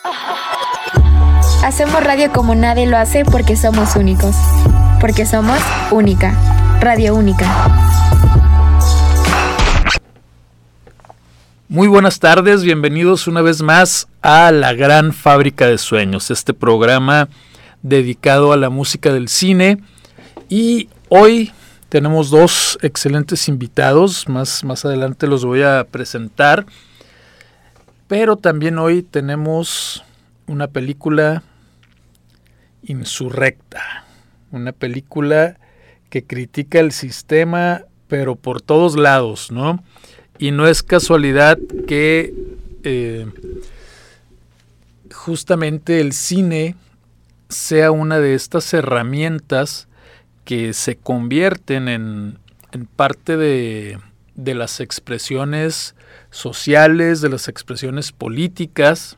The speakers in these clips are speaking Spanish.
Hacemos radio como nadie lo hace porque somos únicos. Porque somos Única. Radio Única. Muy buenas tardes, bienvenidos una vez más a La Gran Fábrica de Sueños, este programa dedicado a la música del cine. Y hoy tenemos dos excelentes invitados, más adelante los voy a presentar. Pero también hoy tenemos una película insurrecta, una película que critica el sistema, pero por todos lados, ¿no? Y no es casualidad que justamente el cine sea una de estas herramientas que se convierten en parte de las expresiones sociales, de las expresiones políticas.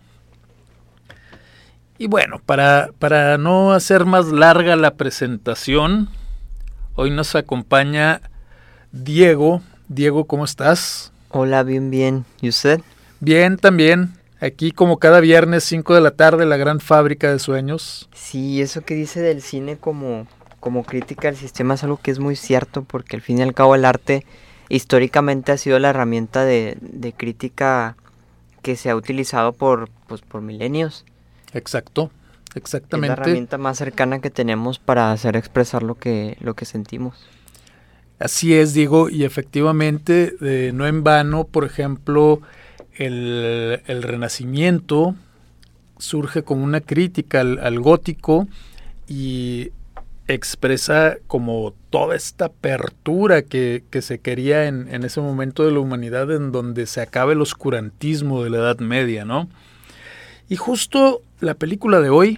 Y bueno, para no hacer más larga la presentación, hoy nos acompaña Diego. Diego, ¿cómo estás? Hola, bien. ¿Y usted? Bien, también. Aquí como cada viernes, 5 de la tarde, La Gran Fábrica de Sueños. Sí, eso que dice del cine como crítica al sistema es algo que es muy cierto, porque al fin y al cabo el arte históricamente ha sido la herramienta de crítica que se ha utilizado por milenios. Exacto, exactamente. Es la herramienta más cercana que tenemos para hacer expresar lo que sentimos. Así es, Diego, y efectivamente, no en vano, por ejemplo, el Renacimiento surge como una crítica al gótico y expresa como toda esta apertura que se quería en ese momento de la humanidad, en donde se acaba el oscurantismo de la Edad Media, ¿no? Y justo la película de hoy,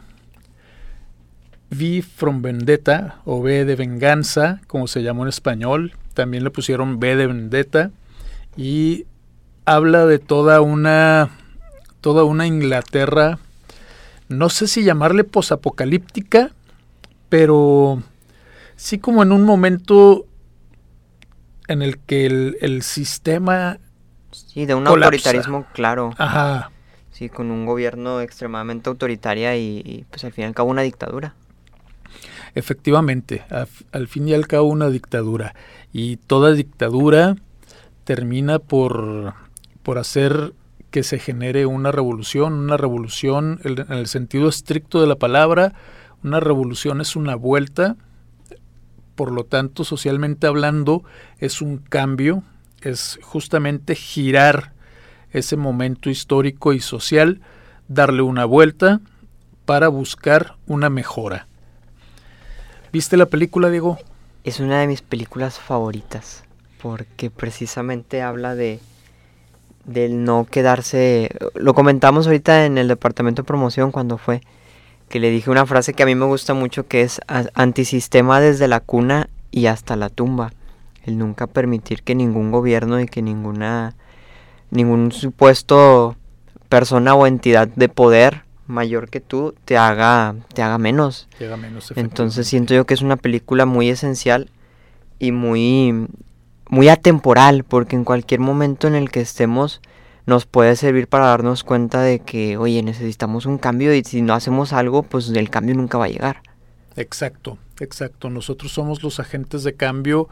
V from Vendetta, o V de Venganza, como se llamó en español, también le pusieron V de Vendetta, y habla de toda una Inglaterra, no sé si llamarle posapocalíptica, pero sí como en un momento en el que el sistema sí, de un colapsa. Autoritarismo claro. Ajá. Sí, con un gobierno extremadamente autoritaria y pues al fin y al cabo una dictadura. Efectivamente, al fin y al cabo una dictadura. Y toda dictadura termina por hacer que se genere una revolución en el sentido estricto de la palabra. Una revolución es una vuelta, por lo tanto, socialmente hablando, es un cambio, es justamente girar ese momento histórico y social, darle una vuelta para buscar una mejora. ¿Viste la película, Diego? Es una de mis películas favoritas, porque precisamente habla del no quedarse. Lo comentamos ahorita en el departamento de promoción cuando fue, que le dije una frase que a mí me gusta mucho, que es antisistema desde la cuna y hasta la tumba. El nunca permitir que ningún gobierno y que ningún supuesto persona o entidad de poder mayor que tú te haga menos. Entonces siento yo que es una película muy esencial y muy atemporal, porque en cualquier momento en el que estemos nos puede servir para darnos cuenta de que, oye, necesitamos un cambio y si no hacemos algo, pues el cambio nunca va a llegar. Exacto. Nosotros somos los agentes de cambio.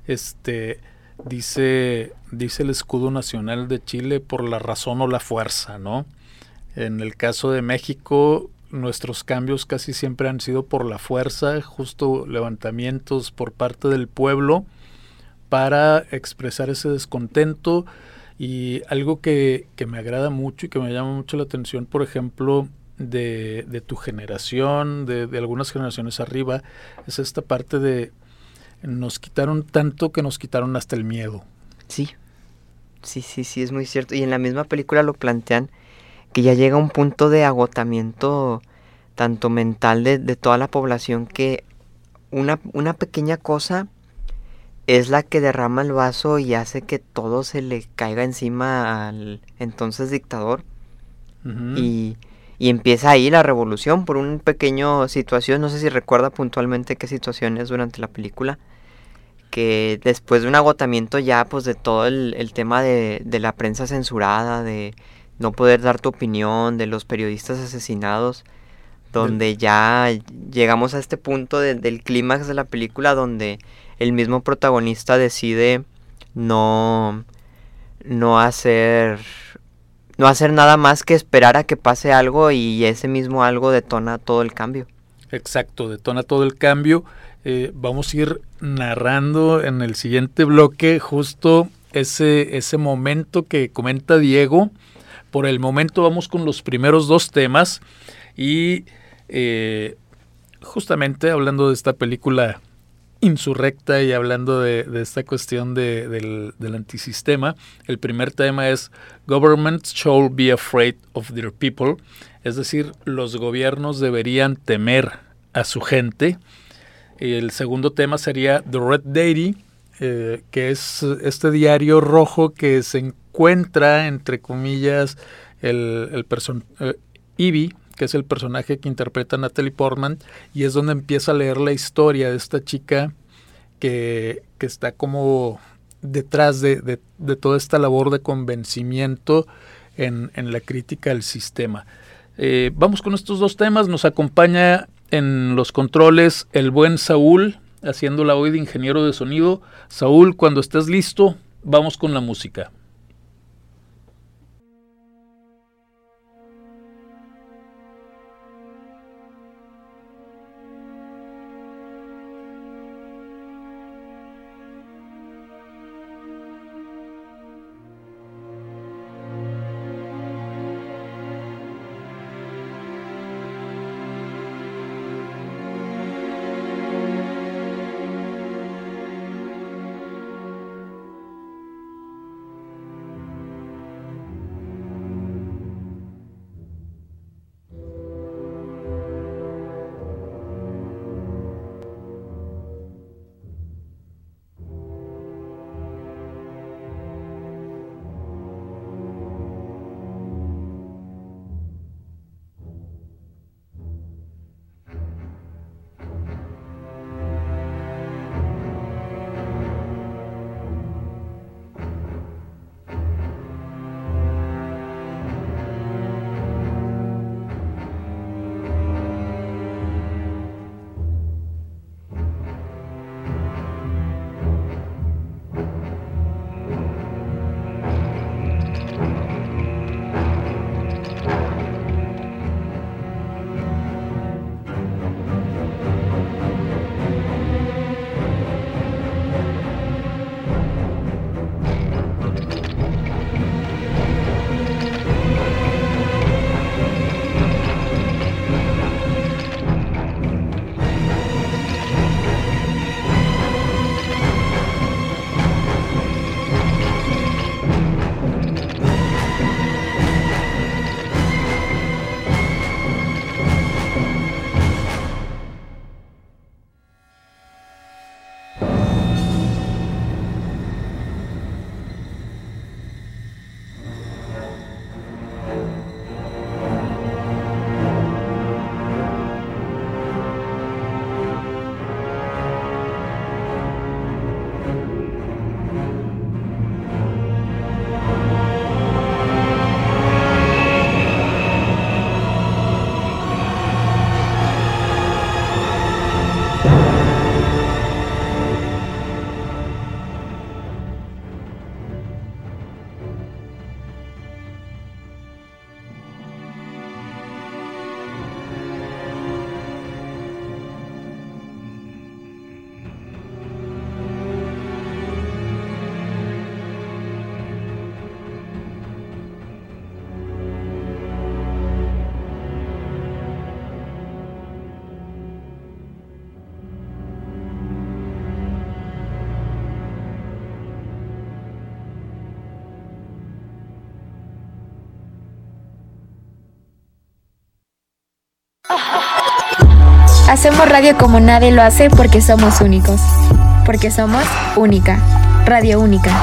Dice el escudo nacional de Chile, por la razón o la fuerza, ¿no? En el caso de México, nuestros cambios casi siempre han sido por la fuerza, justo levantamientos por parte del pueblo para expresar ese descontento. Y algo que me agrada mucho y que me llama mucho la atención, por ejemplo, de tu generación, de algunas generaciones arriba, es esta parte de nos quitaron tanto que nos quitaron hasta el miedo. Sí, es muy cierto. Y en la misma película lo plantean, que ya llega un punto de agotamiento tanto mental de toda la población, que una pequeña cosa es la que derrama el vaso y hace que todo se le caiga encima al entonces dictador. Uh-huh. Y empieza ahí la revolución por una pequeña situación. No sé si recuerda puntualmente qué situación es durante la película, que después de un agotamiento ya pues de todo el tema de la prensa censurada, de no poder dar tu opinión, de los periodistas asesinados, donde ya llegamos a este punto del clímax de la película donde el mismo protagonista decide no hacer nada más que esperar a que pase algo, y ese mismo algo detona todo el cambio. Exacto, detona todo el cambio. Vamos a ir narrando en el siguiente bloque justo ese momento que comenta Diego. Por el momento vamos con los primeros dos temas y justamente hablando de esta película insurrecta y hablando de esta cuestión del antisistema, el primer tema es Governments should be afraid of their people, es decir, los gobiernos deberían temer a su gente. El segundo tema sería The Red Diary, que es este diario rojo que se encuentra, entre comillas, Ivy, que es el personaje que interpreta Natalie Portman, y es donde empieza a leer la historia de esta chica que está como detrás de toda esta labor de convencimiento en la crítica al sistema. Vamos con estos dos temas. Nos acompaña en los controles el buen Saúl, haciéndola hoy de ingeniero de sonido. Saúl, cuando estés listo, vamos con la música. Hacemos radio como nadie lo hace porque somos únicos. Porque somos única. Radio Única.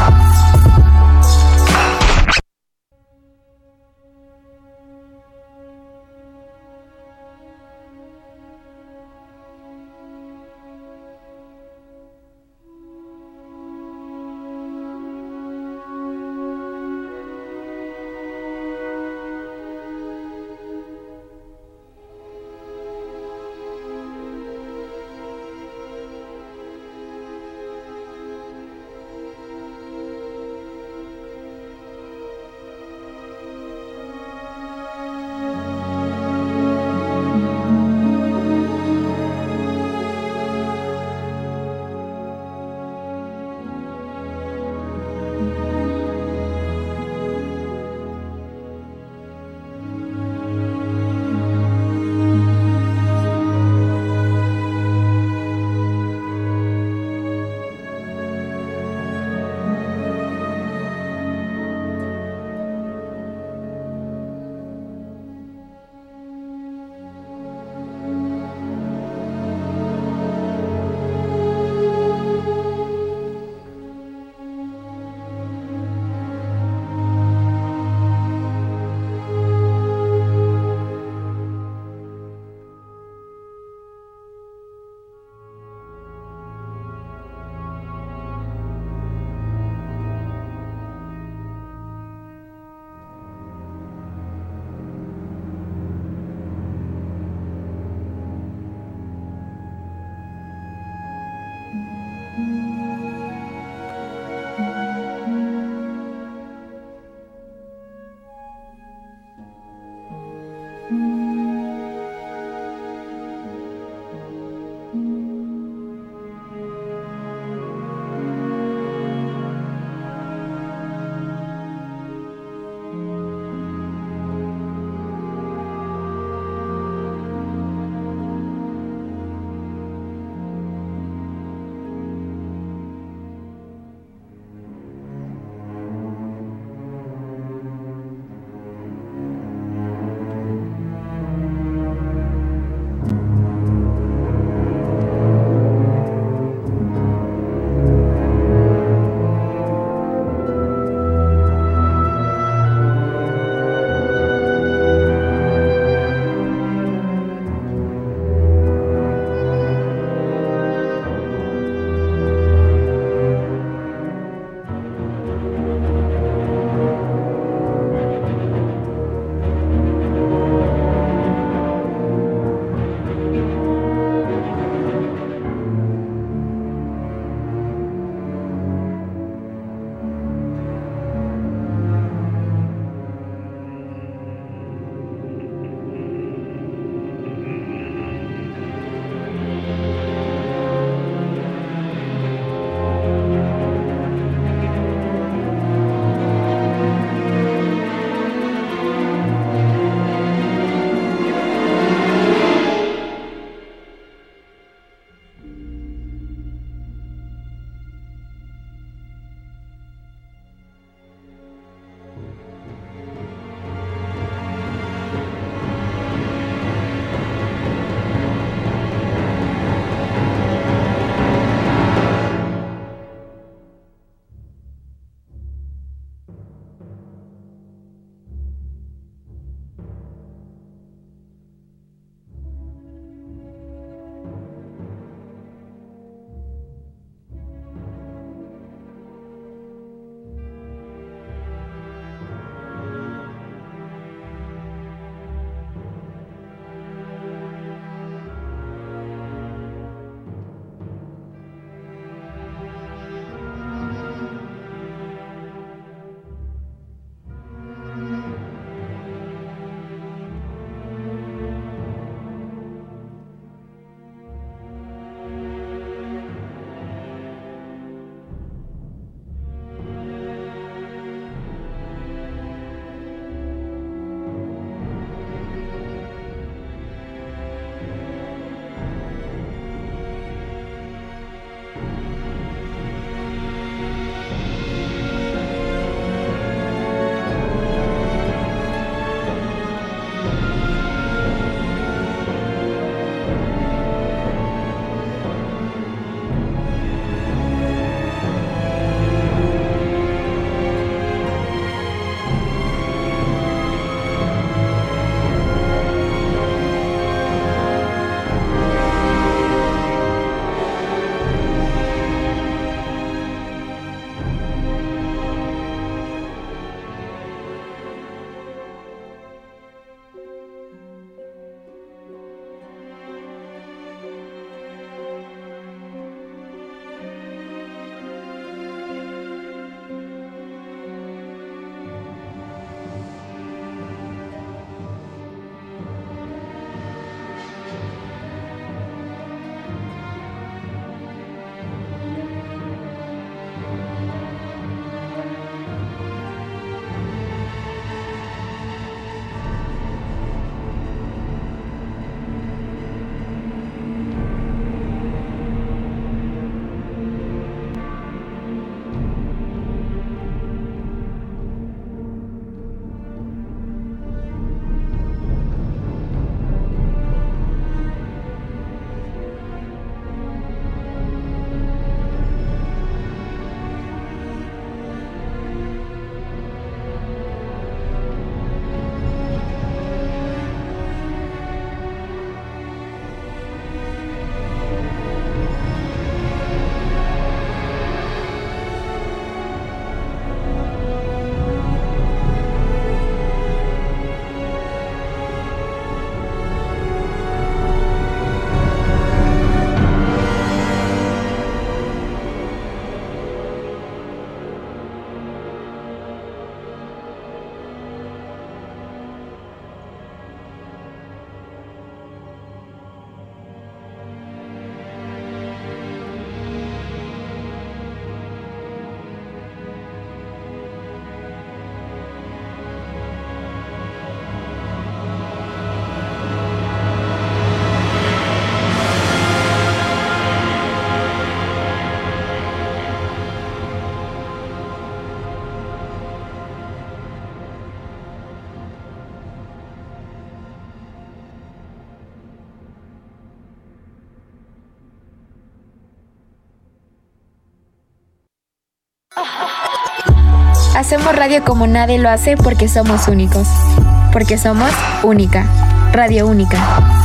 Hacemos radio como nadie lo hace porque somos únicos. Porque somos única. Radio Única.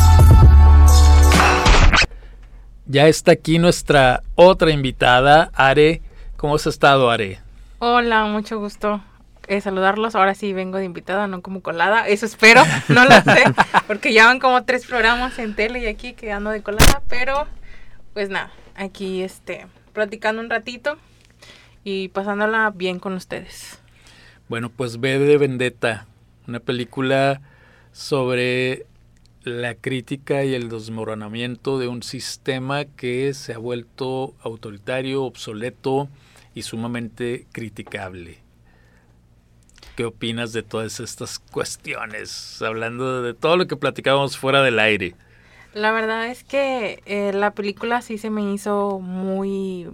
Ya está aquí nuestra otra invitada, Are. ¿Cómo has estado, Are? Hola, mucho gusto saludarlos. Ahora sí vengo de invitada, no como colada. Eso espero, no lo sé, porque ya van como 3 programas en tele y aquí quedando de colada. Pero, pues nada, aquí platicando un ratito y pasándola bien con ustedes. Bueno, pues V de Vendetta, una película sobre la crítica y el desmoronamiento de un sistema que se ha vuelto autoritario, obsoleto y sumamente criticable. ¿Qué opinas de todas estas cuestiones? Hablando de todo lo que platicábamos fuera del aire. La verdad es que la película sí se me hizo muy...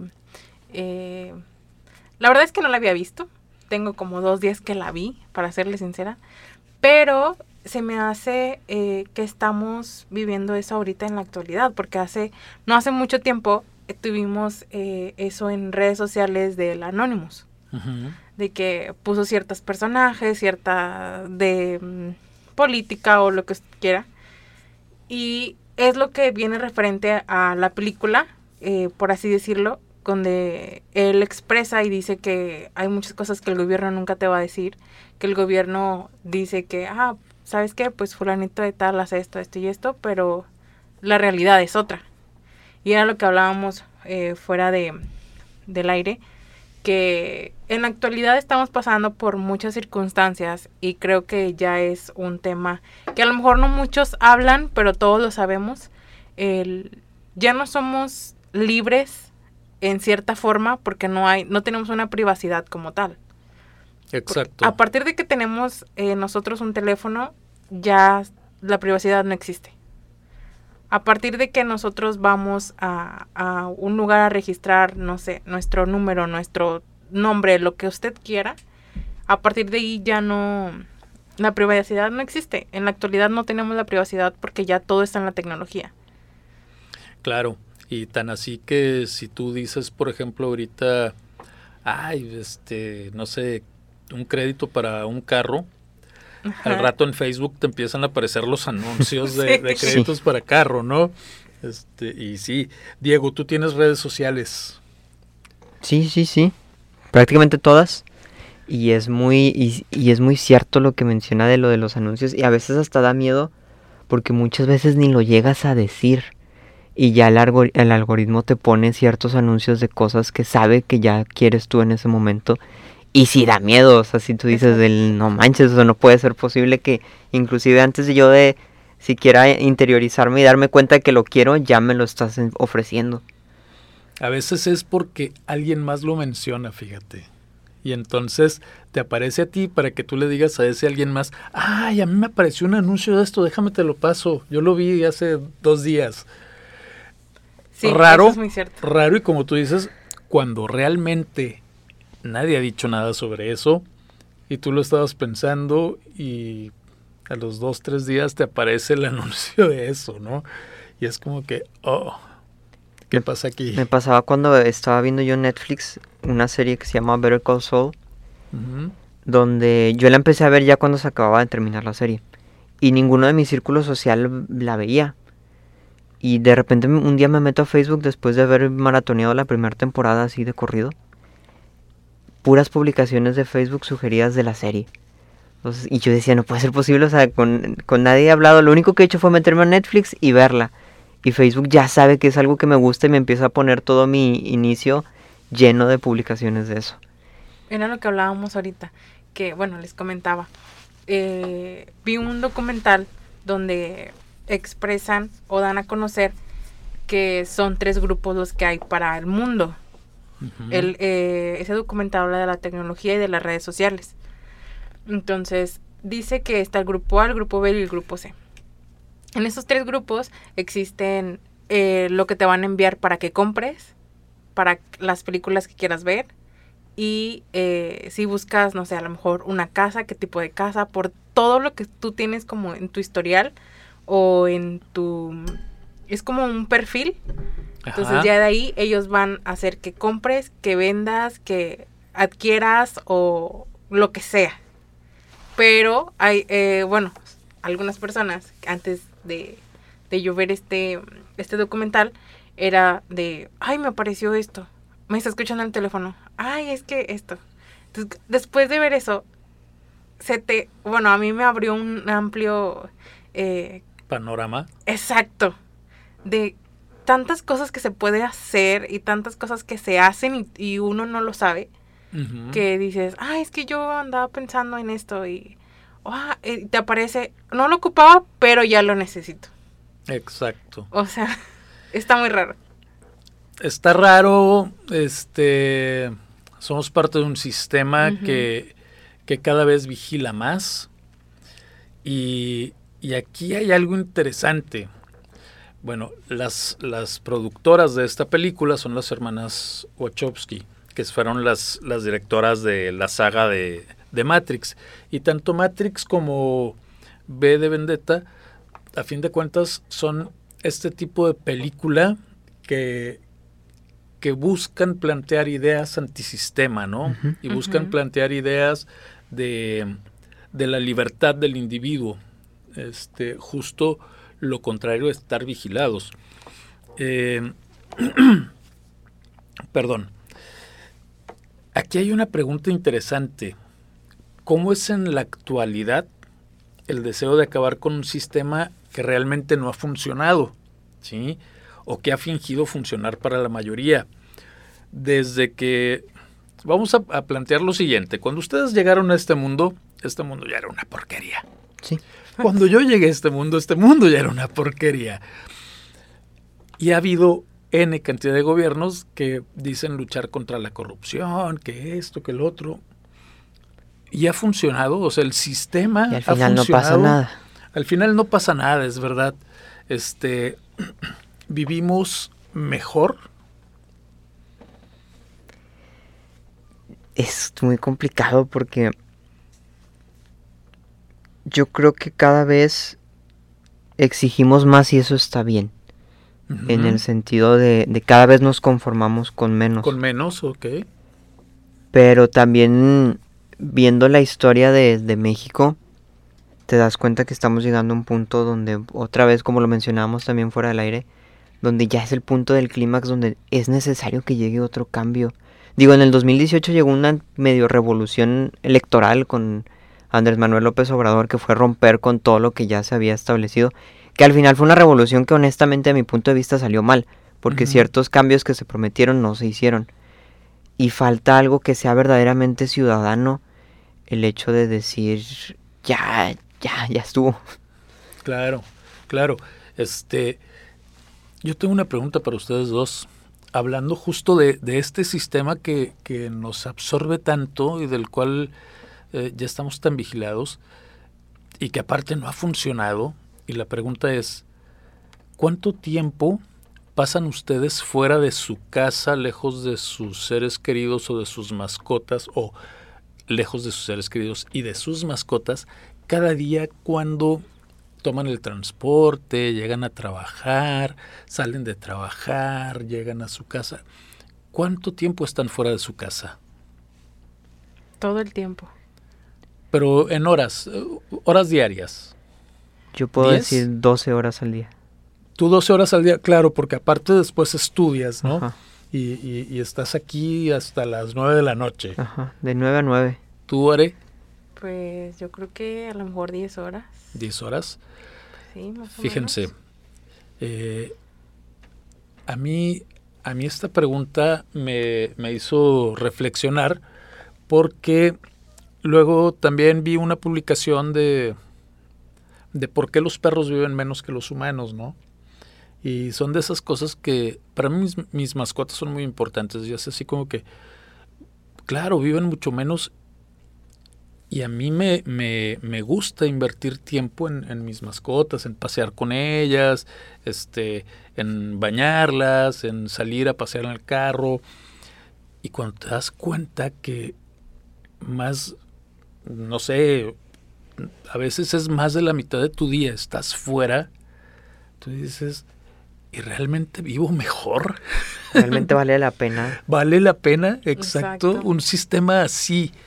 la verdad es que no la había visto. Tengo como 2 días que la vi, para serle sincera. Pero se me hace que estamos viviendo eso ahorita en la actualidad. Porque no hace mucho tiempo tuvimos eso en redes sociales del Anonymous. Uh-huh. De que puso ciertos personajes, cierta de política o lo que usted quiera. Y es lo que viene referente a la película, por así decirlo, donde él expresa y dice que hay muchas cosas que el gobierno nunca te va a decir, que el gobierno dice que, ¿sabes qué? Pues fulanito de tal hace esto y esto, pero la realidad es otra. Y era lo que hablábamos fuera del aire, que en la actualidad estamos pasando por muchas circunstancias y creo que ya es un tema que a lo mejor no muchos hablan, pero todos lo sabemos. Ya no somos libres en cierta forma porque no tenemos una privacidad como tal. Exacto. Porque a partir de que tenemos nosotros un teléfono, ya la privacidad no existe. A partir de que nosotros vamos a un lugar a registrar, no sé, nuestro número, nuestro nombre, lo que usted quiera, a partir de ahí ya no, la privacidad no existe. En la actualidad no tenemos la privacidad porque ya todo está en la tecnología. Claro, y tan así que si tú dices, por ejemplo, ahorita, no sé, un crédito para un carro, ajá, al rato en Facebook te empiezan a aparecer los anuncios de créditos sí, para carro, ¿no? Y sí, Diego, ¿tú tienes redes sociales? Sí, prácticamente todas. Y es muy cierto lo que menciona de lo de los anuncios. Y a veces hasta da miedo porque muchas veces ni lo llegas a decir. Y ya el algoritmo te pone ciertos anuncios de cosas que sabe que ya quieres tú en ese momento. Y sí da miedo, o sea, si tú dices no manches, eso no puede ser posible que inclusive antes de yo de siquiera interiorizarme y darme cuenta de que lo quiero, ya me lo estás ofreciendo. A veces es porque alguien más lo menciona, fíjate. Y entonces te aparece a ti para que tú le digas a ese alguien más, a mí me apareció un anuncio de esto, déjame te lo paso. Yo lo vi hace 2 días. Sí, raro, eso es muy cierto. Raro, y como tú dices, cuando realmente nadie ha dicho nada sobre eso y tú lo estabas pensando y a los 2-3 días te aparece el anuncio de eso, ¿no? Y es como que, ¿qué pasa aquí? Me pasaba cuando estaba viendo yo en Netflix una serie que se llama Better Call Saul, uh-huh, donde yo la empecé a ver ya cuando se acababa de terminar la serie y ninguno de mi círculo social la veía. Y de repente un día me meto a Facebook después de haber maratoneado la primera temporada así de corrido. Puras publicaciones de Facebook sugeridas de la serie. Entonces, y yo decía, no puede ser posible, o sea, con nadie he hablado. Lo único que he hecho fue meterme a Netflix y verla. Y Facebook ya sabe que es algo que me gusta y me empieza a poner todo mi inicio lleno de publicaciones de eso. Era lo que hablábamos ahorita, que bueno, les comentaba. Vi un documental donde expresan o dan a conocer que son 3 grupos los que hay para el mundo. Uh-huh. Ese documental habla de la tecnología y de las redes sociales. Entonces dice que está el grupo A, el grupo B y el grupo C. En esos 3 grupos existen lo que te van a enviar para que compres, para las películas que quieras ver, y si buscas, no sé, a lo mejor una casa, qué tipo de casa, por todo lo que tú tienes como en tu historial o en tu... es como un perfil. Entonces, ajá, ya de ahí ellos van a hacer que compres, que vendas, que adquieras o lo que sea. Pero hay, bueno, algunas personas, antes de yo ver este documental, era de, ay, me apareció esto, me está escuchando el teléfono, ay, es que esto. Entonces, después de ver eso, bueno, a mí me abrió un amplio... panorama. Exacto. De tantas cosas que se puede hacer y tantas cosas que se hacen y uno no lo sabe. Uh-huh. Que dices, ay, es que yo andaba pensando en esto y te aparece, no lo ocupaba, pero ya lo necesito. Exacto. O sea, está muy raro. Está raro, somos parte de un sistema Uh-huh. que cada vez vigila más y aquí hay algo interesante. Bueno, las productoras de esta película son las hermanas Wachowski, que fueron las directoras de la saga de Matrix. Y tanto Matrix como V de Vendetta, a fin de cuentas, son este tipo de película que buscan plantear ideas antisistema, ¿no? Uh-huh. Y buscan Uh-huh. plantear ideas de la libertad del individuo. Justo lo contrario de estar vigilados. Perdón. Aquí hay una pregunta interesante. ¿Cómo es en la actualidad el deseo de acabar con un sistema que realmente no ha funcionado, ¿sí? O que ha fingido funcionar para la mayoría? Desde que... Vamos a plantear lo siguiente. Cuando ustedes llegaron a este mundo ya era una porquería. Sí. Cuando yo llegué a este mundo ya era una porquería. Y ha habido N cantidad de gobiernos que dicen luchar contra la corrupción, que esto, que el otro. Y ha funcionado, o sea, el sistema Y al ha final no funcionado. pasa nada. Al final no pasa nada, es verdad. Vivimos mejor. Es muy complicado porque yo creo que cada vez exigimos más y eso está bien. Uh-huh. En el sentido de cada vez nos conformamos con menos. Con menos, ok. Pero también viendo la historia de México, te das cuenta que estamos llegando a un punto donde, otra vez como lo mencionábamos también fuera del aire, donde ya es el punto del clímax donde es necesario que llegue otro cambio. Digo, en el 2018 llegó una medio revolución electoral con Andrés Manuel López Obrador, que fue romper con todo lo que ya se había establecido, que al final fue una revolución que honestamente a mi punto de vista salió mal, porque Uh-huh. ciertos cambios que se prometieron no se hicieron. Y falta algo que sea verdaderamente ciudadano, el hecho de decir, ya estuvo. Claro. Yo tengo una pregunta para ustedes dos. Hablando justo de este sistema que nos absorbe tanto y del cual ya estamos tan vigilados y que aparte no ha funcionado. Y la pregunta es, ¿cuánto tiempo pasan ustedes fuera de su casa, lejos de sus seres queridos o de sus mascotas, o lejos de sus seres queridos y de sus mascotas, cada día cuando toman el transporte, llegan a trabajar, salen de trabajar, llegan a su casa? ¿Cuánto tiempo están fuera de su casa? Todo el tiempo. Pero en horas diarias. Yo puedo 10. decir 12 horas al día. Tú 12 horas al día, claro, porque aparte después estudias, ¿no? Ajá. Y estás aquí hasta las 9 de la noche. Ajá, de 9 a 9. ¿Tú, Are? Pues yo creo que a lo mejor 10 horas. 10 horas. Sí, más o Fíjense, menos. a mí esta pregunta me hizo reflexionar porque luego también vi una publicación de por qué los perros viven menos que los humanos, ¿no? Y son de esas cosas que para mí mis mascotas son muy importantes. Y es así como que, claro, viven mucho menos. Y a mí me gusta invertir tiempo en mis mascotas, en pasear con ellas, en bañarlas, en salir a pasear en el carro. Y cuando te das cuenta que más, no sé, a veces es más de la mitad de tu día, estás fuera, tú dices, ¿y realmente vivo mejor? Realmente vale la pena. ¿Vale la pena? Exacto. Exacto. Un sistema así,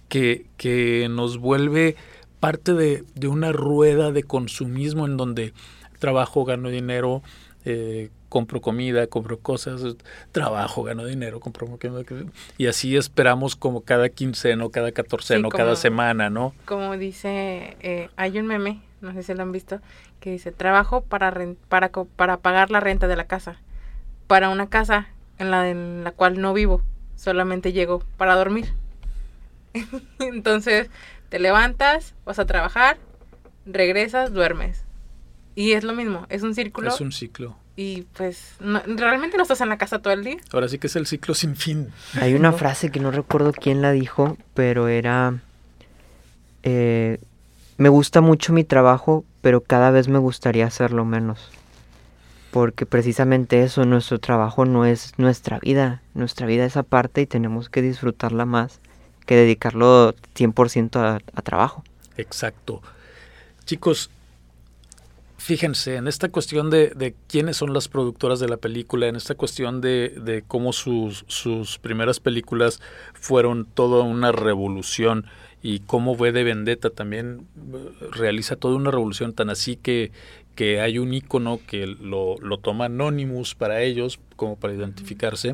que nos vuelve parte de una rueda de consumismo en donde trabajo, gano dinero, compro comida, compro cosas, trabajo, gano dinero, compro comida, y así esperamos como cada quinceno, cada catorceno, cada semana, ¿no? Como dice, hay un meme, no sé si lo han visto, que dice, trabajo para pagar la renta de la casa, para una casa en la cual no vivo, solamente llego para dormir. Entonces, te levantas, vas a trabajar, regresas, duermes. Y es lo mismo, es un círculo. Es un ciclo. Y pues realmente no estás en la casa todo el día. Ahora sí que es el ciclo sin fin. Hay una frase que no recuerdo quién la dijo, pero era... me gusta mucho mi trabajo, pero cada vez me gustaría hacerlo menos. Porque precisamente eso, nuestro trabajo no es nuestra vida es aparte y tenemos que disfrutarla más que dedicarlo 100% a trabajo. Exacto. Chicos, fíjense, en esta cuestión de quiénes son las productoras de la película, en esta cuestión de cómo sus primeras películas fueron toda una revolución y cómo V de Vendetta también realiza toda una revolución, tan así que hay un ícono que lo toma Anonymous para ellos, como para identificarse.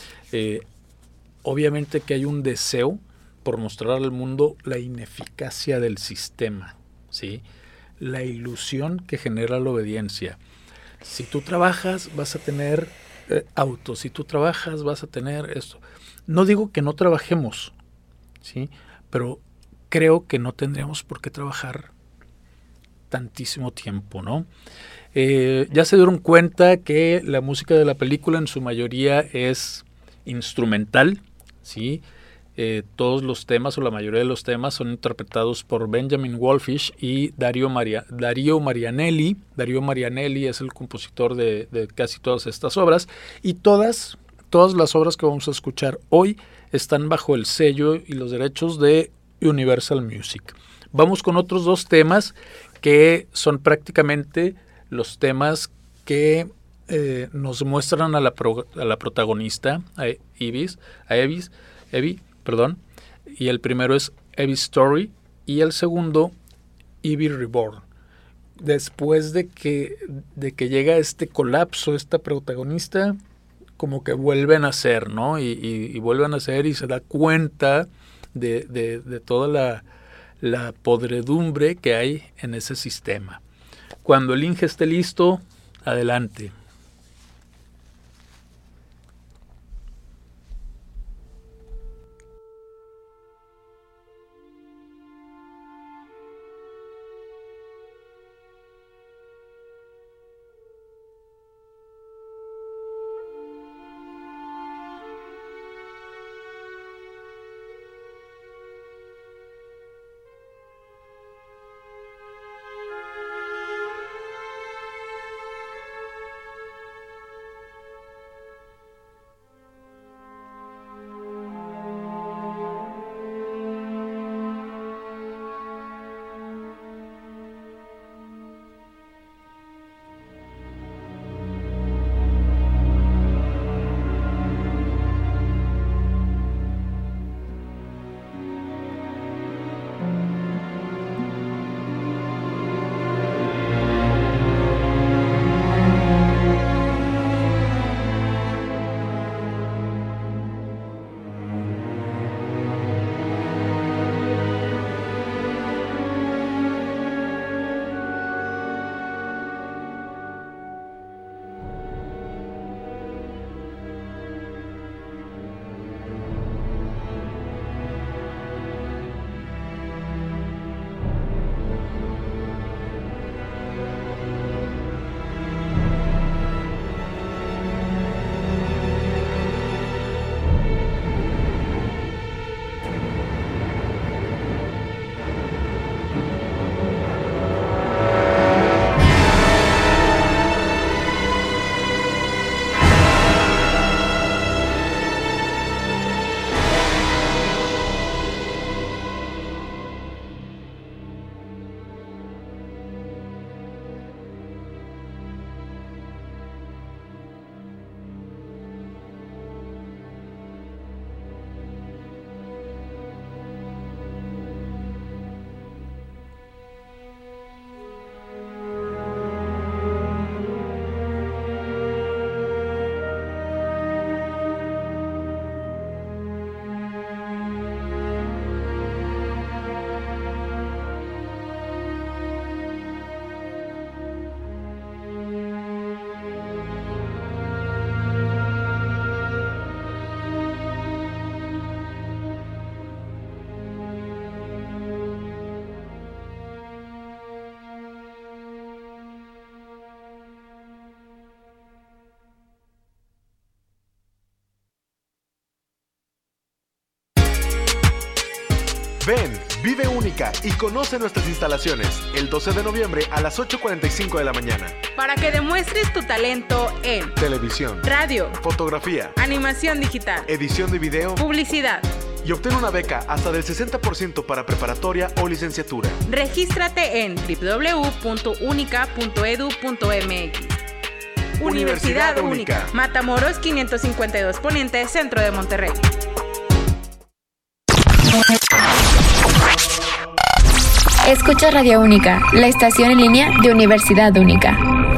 Obviamente que hay un deseo por mostrar al mundo la ineficacia del sistema, ¿sí? La ilusión que genera la obediencia. Si tú trabajas, vas a tener autos. Si tú trabajas, vas a tener esto. No digo que no trabajemos, ¿sí? Pero creo que no tendríamos por qué trabajar tantísimo tiempo, ¿no? Ya se dieron cuenta que la música de la película en su mayoría es instrumental, ¿sí? Todos los temas o la mayoría de los temas son interpretados por Benjamin Wallfish y Dario Marianelli. Dario Marianelli es el compositor de casi todas estas obras, y todas las obras que vamos a escuchar hoy están bajo el sello y los derechos de Universal Music. Vamos con otros dos temas que son prácticamente los temas que nos muestran a la protagonista, a Evie, y el primero es Evie Story y el segundo Evie Reborn. Después de que llega este colapso, esta protagonista como que vuelve a nacer, ¿no? Y vuelve a nacer y se da cuenta de toda la podredumbre que hay en ese sistema. Cuando el Inge esté listo, adelante. Ven, vive Única y conoce nuestras instalaciones el 12 de noviembre a las 8:45 de la mañana. Para que demuestres tu talento en televisión, radio, fotografía, animación digital, edición de video, publicidad. Y obtén una beca hasta del 60% para preparatoria o licenciatura. Regístrate en www.unica.edu.mx. Universidad Única. Matamoros 552 Poniente, Centro de Monterrey. Escucha Radio Única, la estación en línea de Universidad Única.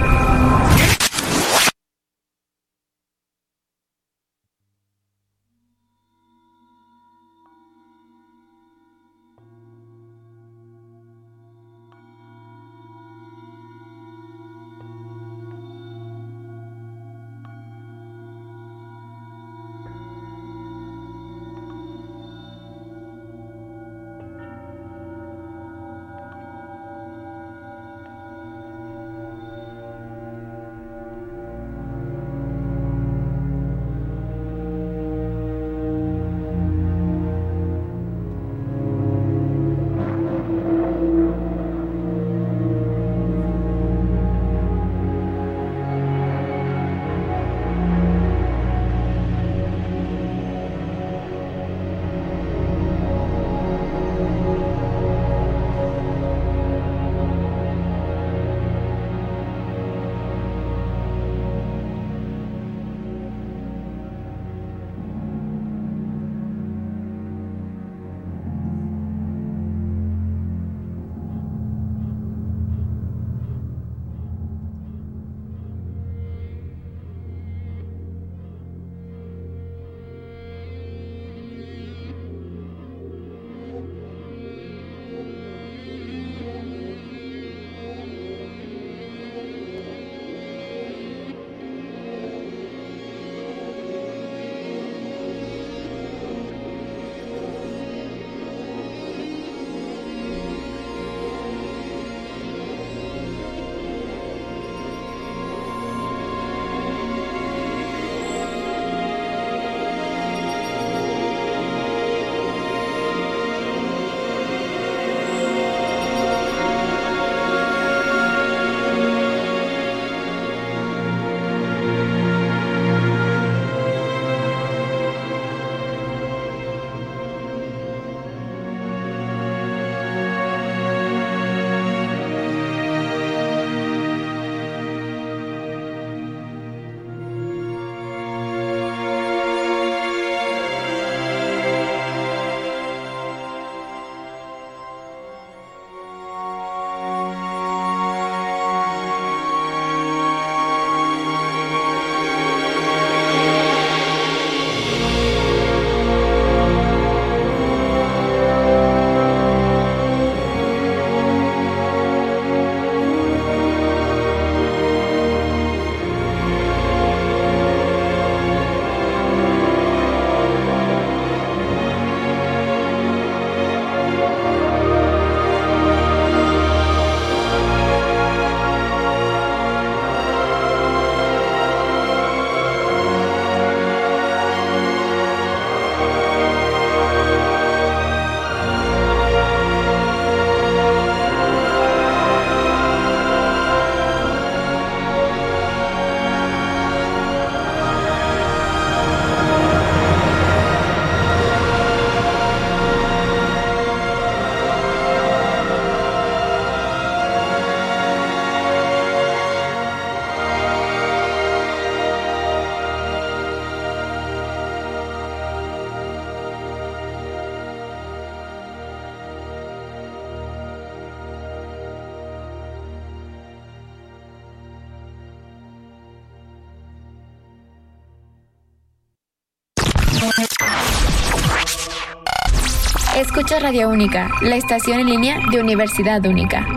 Escucha Radio Única, la estación en línea de Universidad Única.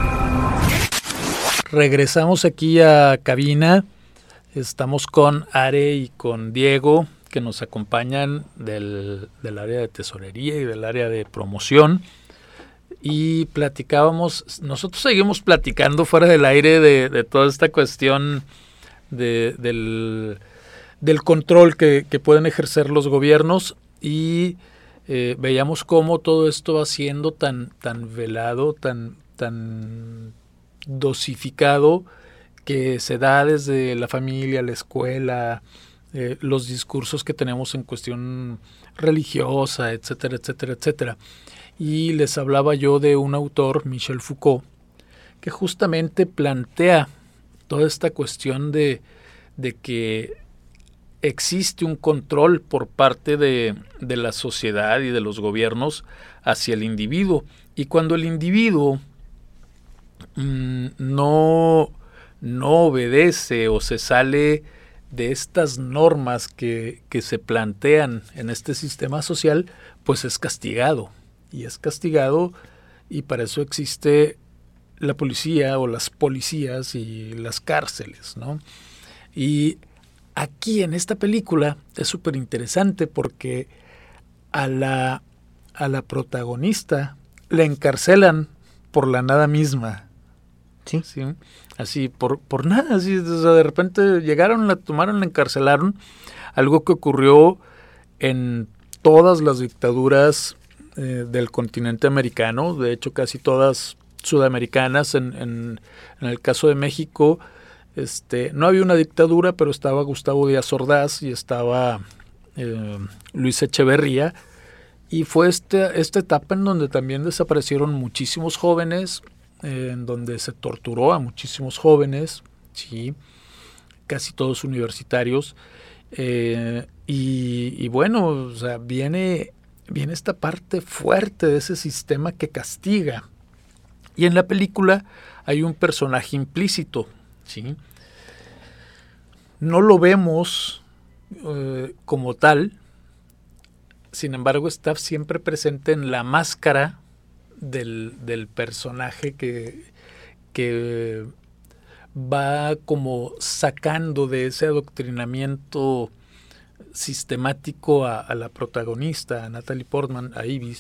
Regresamos aquí a cabina. Estamos con Are y con Diego, que nos acompañan del área de tesorería y del área de promoción. Y platicábamos, nosotros seguimos platicando fuera del aire de toda esta cuestión del control que pueden ejercer los gobiernos, y veíamos cómo todo esto va siendo tan velado, tan dosificado, que se da desde la familia, la escuela, los discursos que tenemos en cuestión religiosa, etcétera, etcétera, etcétera. Y les hablaba yo de un autor, Michel Foucault, que justamente plantea toda esta cuestión de que existe un control por parte de la sociedad y de los gobiernos hacia el individuo. Y cuando el individuo no obedece o se sale de estas normas que se plantean en este sistema social, pues es castigado. Y es castigado, y para eso existe la policía o las policías y las cárceles, ¿no? Y aquí en esta película es súper interesante porque a la protagonista la encarcelan por la nada misma. Sí. ¿Sí? Así, por nada, así, o sea, de repente llegaron, la tomaron, la encarcelaron, algo que ocurrió en todas las dictaduras del continente americano, de hecho casi todas sudamericanas. En el caso de México, no había una dictadura, pero estaba Gustavo Díaz Ordaz y estaba Luis Echeverría, y fue esta etapa en donde también desaparecieron muchísimos jóvenes, en donde se torturó a muchísimos jóvenes, sí, casi todos universitarios, y bueno, o sea, viene esta parte fuerte de ese sistema que castiga. Y en la película hay un personaje implícito, ¿sí? No lo vemos como tal, sin embargo está siempre presente en la máscara del personaje que va como sacando de ese adoctrinamiento sistemático a la protagonista, a Natalie Portman, a Ivy,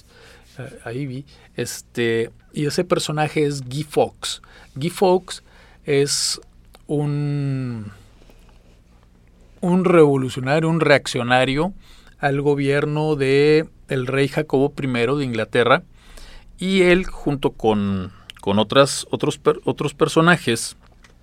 y ese personaje es Guy Fawkes. Guy Fawkes es un revolucionario, un reaccionario al gobierno de el rey Jacobo I de Inglaterra, y él junto con otros personajes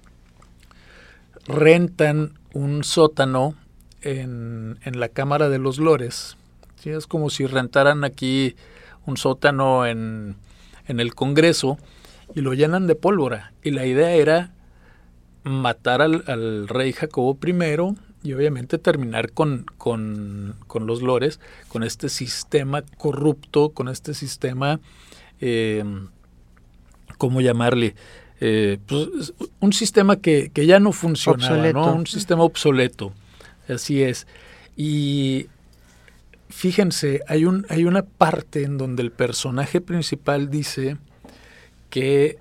rentan un sótano en la Cámara de los Lores. ¿Sí? Es como si rentaran aquí un sótano en el Congreso y lo llenan de pólvora. Y la idea era matar al rey Jacobo I y obviamente terminar con los Lores, con este sistema corrupto, con este sistema, ¿cómo llamarle? Pues, un sistema que ya no funcionaba, ¿no? Un sistema obsoleto. Así es. Y fíjense, hay una parte en donde el personaje principal dice que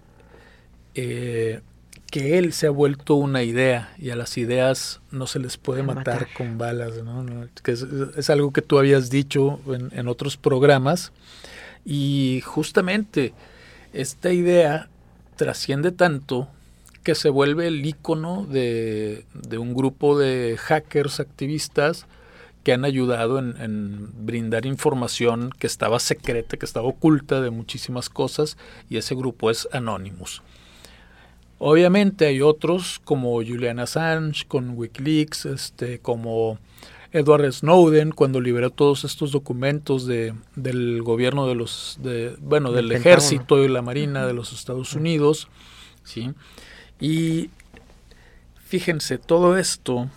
él se ha vuelto una idea y a las ideas no se les puede matar con balas, ¿no? Que es algo que tú habías dicho en otros programas, y justamente esta idea trasciende tanto que se vuelve el ícono de un grupo de hackers activistas que han ayudado en brindar información que estaba secreta, que estaba oculta de muchísimas cosas, y ese grupo es Anonymous. Obviamente hay otros como Julian Assange con WikiLeaks, como Edward Snowden cuando liberó todos estos documentos del gobierno del ejército y la marina de los Estados Unidos, ¿sí? Y fíjense, todo esto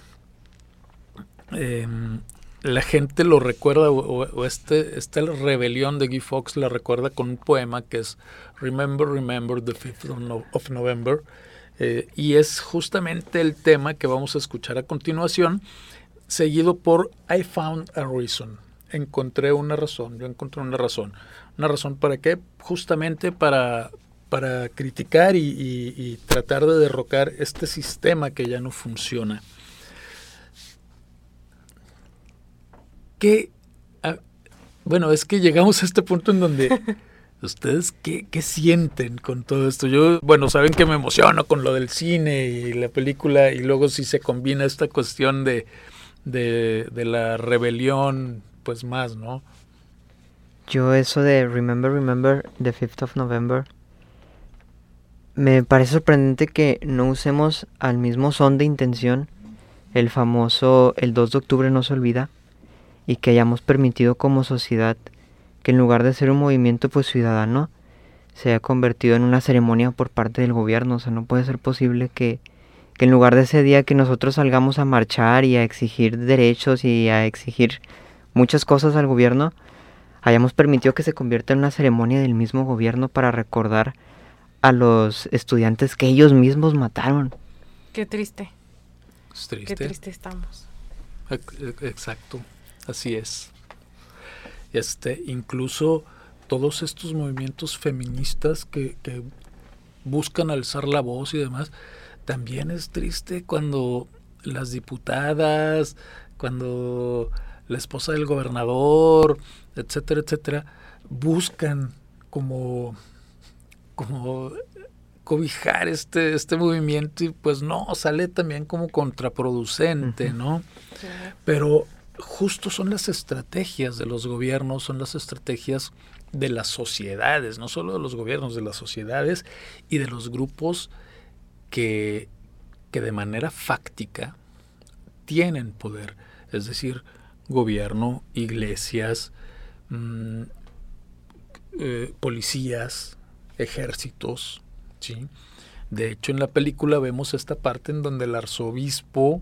la gente lo recuerda, o esta rebelión de Guy Fawkes la recuerda con un poema que es Remember, Remember the 5th of November, y es justamente el tema que vamos a escuchar a continuación, seguido por I Found a Reason. Yo encontré una razón. ¿Una razón para qué? Justamente para criticar y tratar de derrocar este sistema que ya no funciona. Bueno, es que llegamos a este punto en donde ustedes ¿qué sienten con todo esto? Yo, bueno, saben que me emociono con lo del cine y la película, y luego si se combina esta cuestión de la rebelión, pues más, ¿no? Yo eso de Remember the 5th of November, me parece sorprendente que no usemos al mismo son de intención el famoso el 2 de octubre no se olvida, y que hayamos permitido como sociedad que en lugar de ser un movimiento pues ciudadano se haya convertido en una ceremonia por parte del gobierno. O sea, no puede ser posible que en lugar de ese día que nosotros salgamos a marchar y a exigir derechos y a exigir muchas cosas al gobierno, hayamos permitido que se convierta en una ceremonia del mismo gobierno para recordar a los estudiantes que ellos mismos mataron. Qué triste. Es triste. Qué triste estamos. Exacto, así es. Incluso todos estos movimientos feministas que buscan alzar la voz y demás, también es triste cuando las diputadas, cuando la esposa del gobernador, etcétera, etcétera, buscan como cobijar este movimiento y pues no, sale también como contraproducente, ¿no? Sí. Pero justo son las estrategias de los gobiernos, son las estrategias de las sociedades, no solo de los gobiernos, de las sociedades y de los grupos que de manera fáctica tienen poder, es decir, gobierno, iglesias, policías, ejércitos, ¿sí? De hecho, en la película vemos esta parte en donde el arzobispo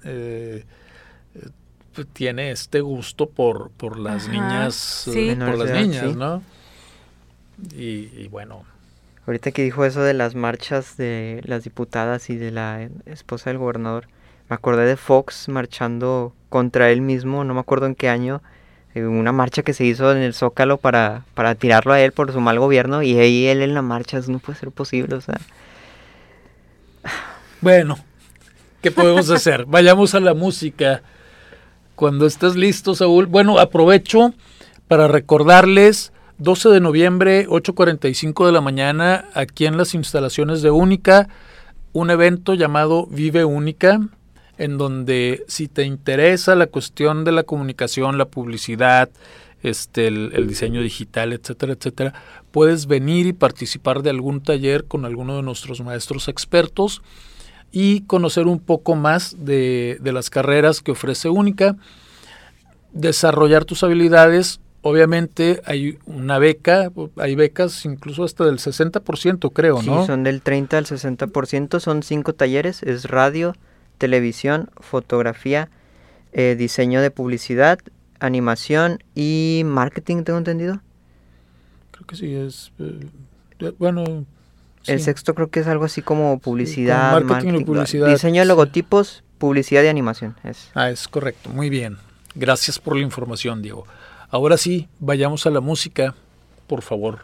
tiene este gusto por las niñas, sí. Por las niñas, sí. ¿no? Y bueno. Ahorita que dijo eso de las marchas de las diputadas y de la esposa del gobernador, me acordé de Fox marchando contra él mismo, no me acuerdo en qué año, una marcha que se hizo en el Zócalo para tirarlo a él por su mal gobierno, y ahí él en la marcha, eso no puede ser posible, o sea. Bueno, ¿qué podemos hacer? Vayamos a la música. Cuando estés listo, Saúl. Bueno, aprovecho para recordarles 12 de noviembre, 8:45 de la mañana, aquí en las instalaciones de Única, un evento llamado Vive Única, en donde si te interesa la cuestión de la comunicación, la publicidad, el diseño digital, etcétera, etcétera, puedes venir y participar de algún taller con alguno de nuestros maestros expertos y conocer un poco más de las carreras que ofrece Única, desarrollar tus habilidades. Obviamente hay una beca, hay becas incluso hasta del 60%, creo, ¿no? Sí, son del 30 al 60%, son 5 talleres, es radio, televisión, fotografía, diseño de publicidad, animación y marketing, ¿tengo entendido? Creo que sí, es... bueno... El sí. sexto creo que es algo así como publicidad, Sí, marketing y publicidad, diseño de sí. logotipos, publicidad y animación. Es correcto, muy bien. Gracias por la información, Diego. Ahora sí, vayamos a la música, por favor.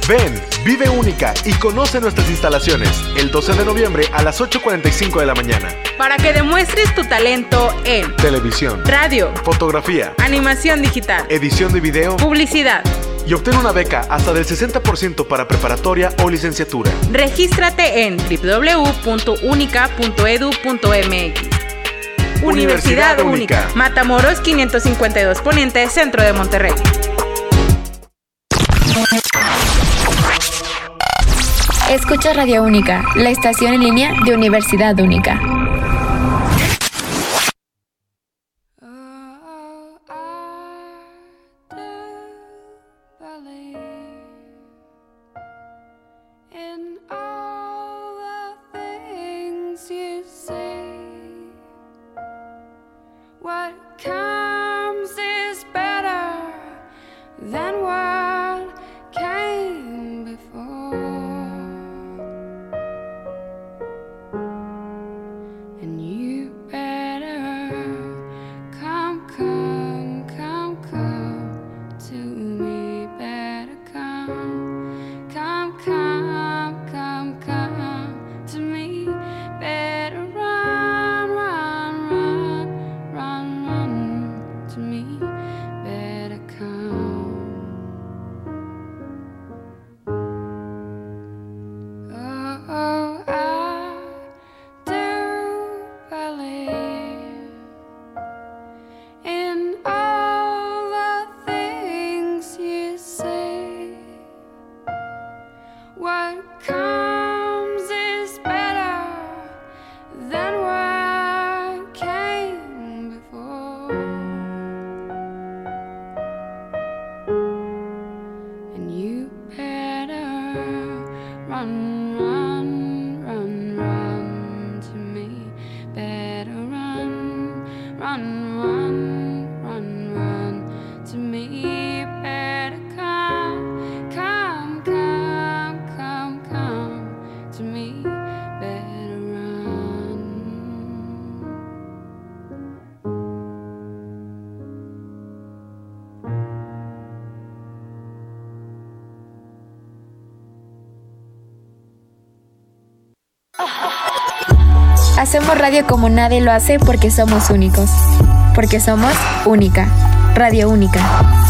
Ven, vive única y conoce nuestras instalaciones el 12 de noviembre a las 8:45 de la mañana. Para que demuestres tu talento en Televisión, radio, fotografía, animación digital, edición de video publicidad. Y obtén una beca hasta del 60% para preparatoria o licenciatura. Regístrate en www.unica.edu.mx. Universidad Única. Matamoros 552 Poniente, Centro de Monterrey. Escucha Radio Única, la estación en línea de Universidad Única. Hacemos radio como nadie lo hace porque somos únicos. Porque somos Única. Radio Única.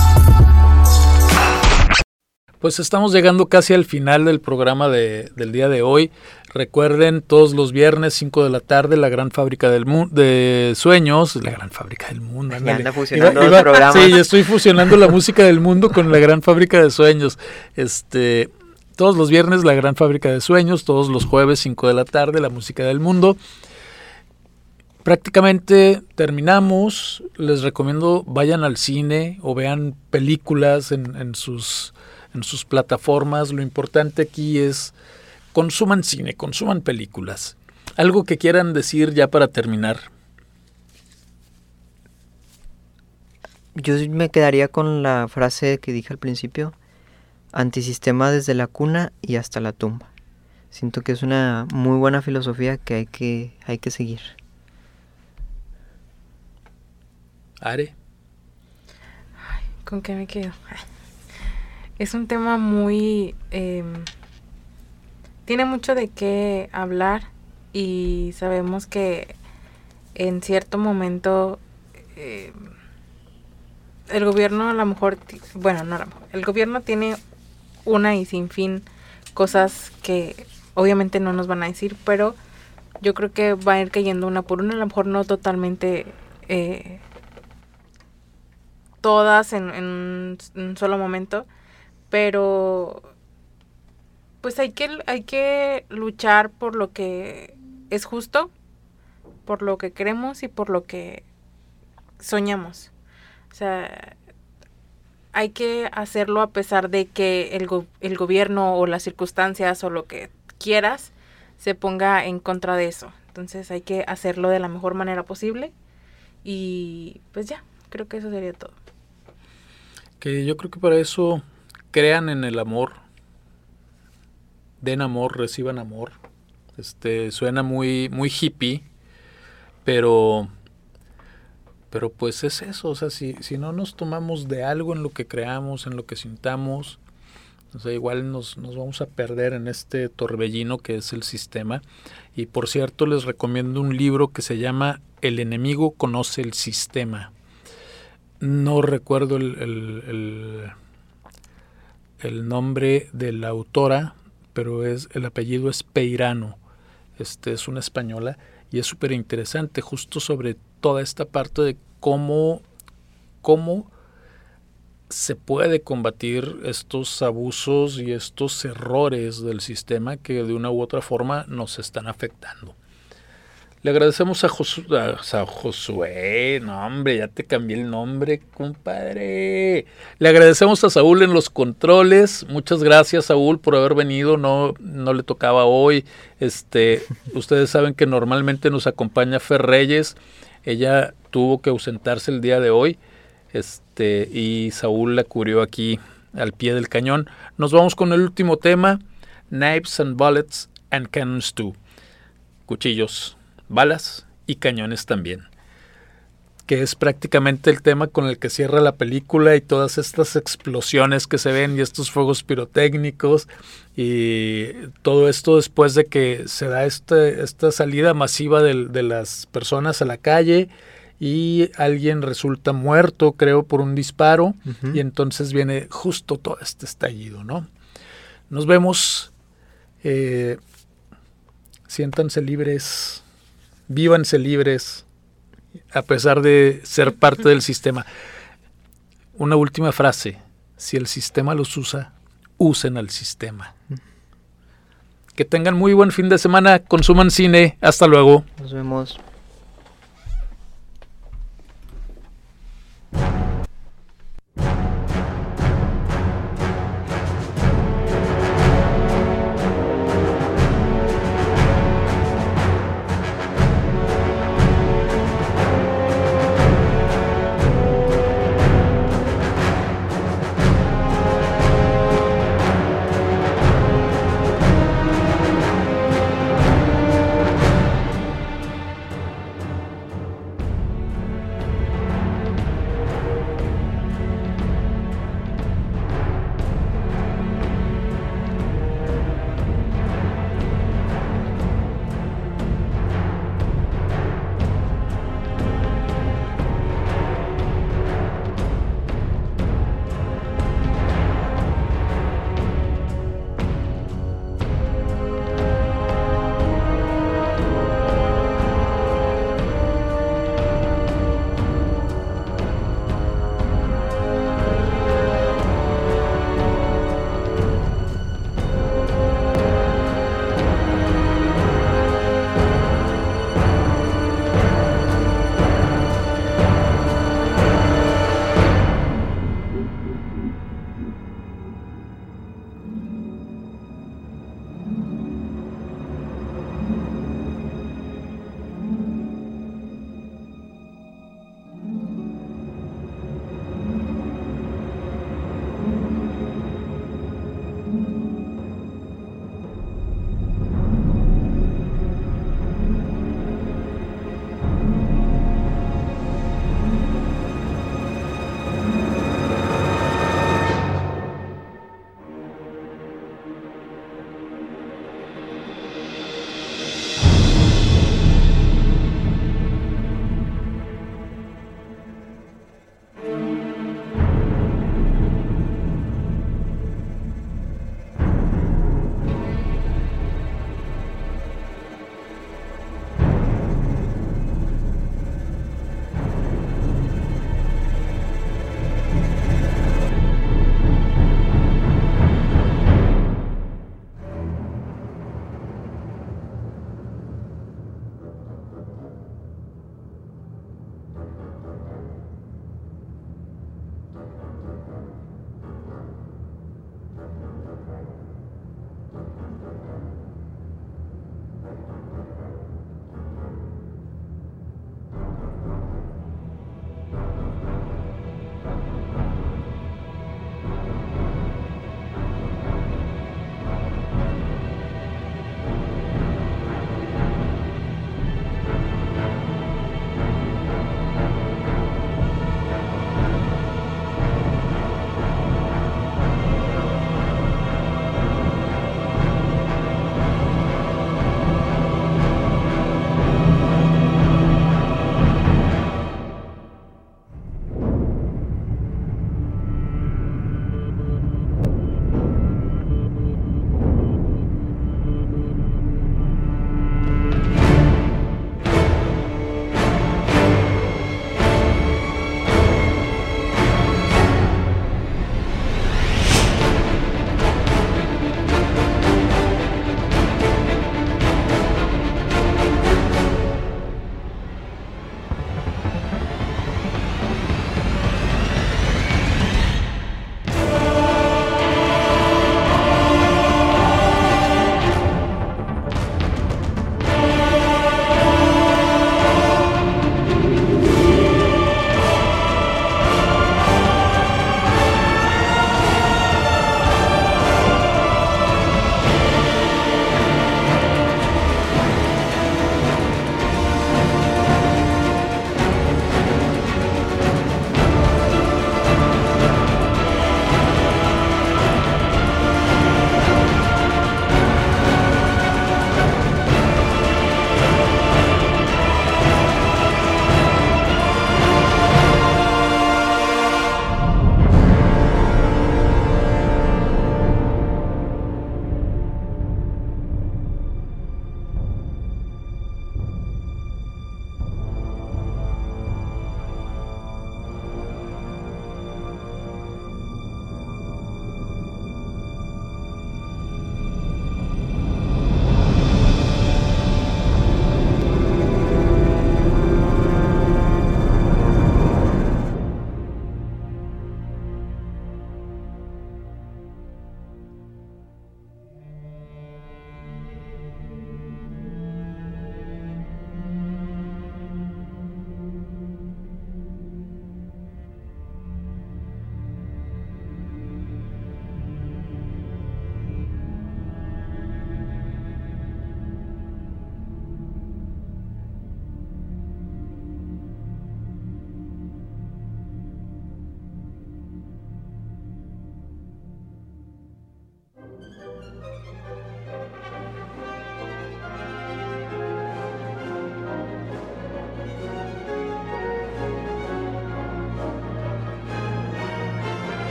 Pues estamos llegando casi al final del programa del día de hoy. Recuerden, todos los viernes, 5 de la tarde, la Gran Fábrica de Sueños. La Gran Fábrica del Mundo. Ya anda fusionando los programas. Sí, yo estoy fusionando la música del mundo con la Gran Fábrica de Sueños. Todos los viernes, la Gran Fábrica de Sueños. Todos los jueves, 5 de la tarde, la música del mundo. Prácticamente terminamos. Les recomiendo vayan al cine o vean películas en sus plataformas. Lo importante aquí es consuman cine, consuman películas. Algo que quieran decir ya para terminar. Yo me quedaría con la frase que dije al principio: antisistema desde la cuna y hasta la tumba. Siento que es una muy buena filosofía que hay que seguir. Are. Ay, ¿con qué me quedo? Es un tema muy... tiene mucho de qué hablar y sabemos que en cierto momento el gobierno a lo mejor... Bueno, no a lo mejor. El gobierno tiene una y sin fin cosas que obviamente no nos van a decir, pero yo creo que va a ir cayendo una por una, a lo mejor no totalmente... todas en un solo momento, pero pues hay que luchar por lo que es justo, por lo que queremos y por lo que soñamos. O sea, hay que hacerlo a pesar de que el gobierno o las circunstancias o lo que quieras se ponga en contra de eso. Entonces hay que hacerlo de la mejor manera posible y pues ya, creo que eso sería todo. Que yo creo que para eso crean en el amor, den amor, reciban amor. Suena muy hippie, pero pues es eso. O sea, si no nos tomamos de algo en lo que creamos, en lo que sintamos, O sea, igual nos vamos a perder en este torbellino que es el sistema. Y por cierto, les recomiendo un libro que se llama El enemigo conoce el sistema. No recuerdo el nombre de la autora, pero el apellido es Peirano. Es una española y es súper interesante justo sobre toda esta parte de cómo se puede combatir estos abusos y estos errores del sistema que de una u otra forma nos están afectando. Le agradecemos a Josué, no hombre, ya te cambié el nombre, compadre. Le agradecemos a Saúl en los controles. Muchas gracias, Saúl, por haber venido. No le tocaba hoy. Ustedes saben que normalmente nos acompaña Fer Reyes. Ella tuvo que ausentarse el día de hoy. Y Saúl la cubrió aquí al pie del cañón. Nos vamos con el último tema, Knives and Bullets and Cannons Too. Cuchillos, balas y cañones también. Que es prácticamente el tema con el que cierra la película y todas estas explosiones que se ven y estos fuegos pirotécnicos y todo esto después de que se da esta salida masiva de las personas a la calle y alguien resulta muerto, creo, por un disparo, y entonces viene justo todo este estallido, ¿no? Nos vemos, siéntanse libres, vívanse libres, a pesar de ser parte del sistema. Una última frase, si el sistema los usa, usen al sistema. Que tengan muy buen fin de semana, consuman cine, hasta luego. Nos vemos.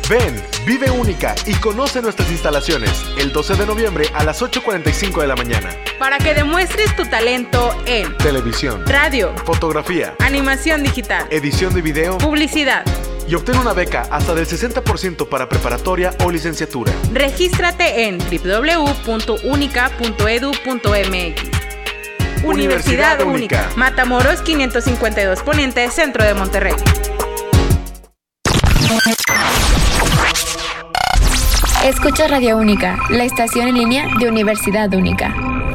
Ven, vive Única y conoce nuestras instalaciones el 12 de noviembre a las 8:45 de la mañana. Para que demuestres tu talento en televisión, radio, fotografía, animación digital, edición de video, publicidad. Y obtén una beca hasta del 60% para preparatoria o licenciatura. Regístrate en www.unica.edu.mx. Universidad Única. Matamoros 552 Poniente, Centro de Monterrey. Escucha Radio Única, la estación en línea de Universidad Única.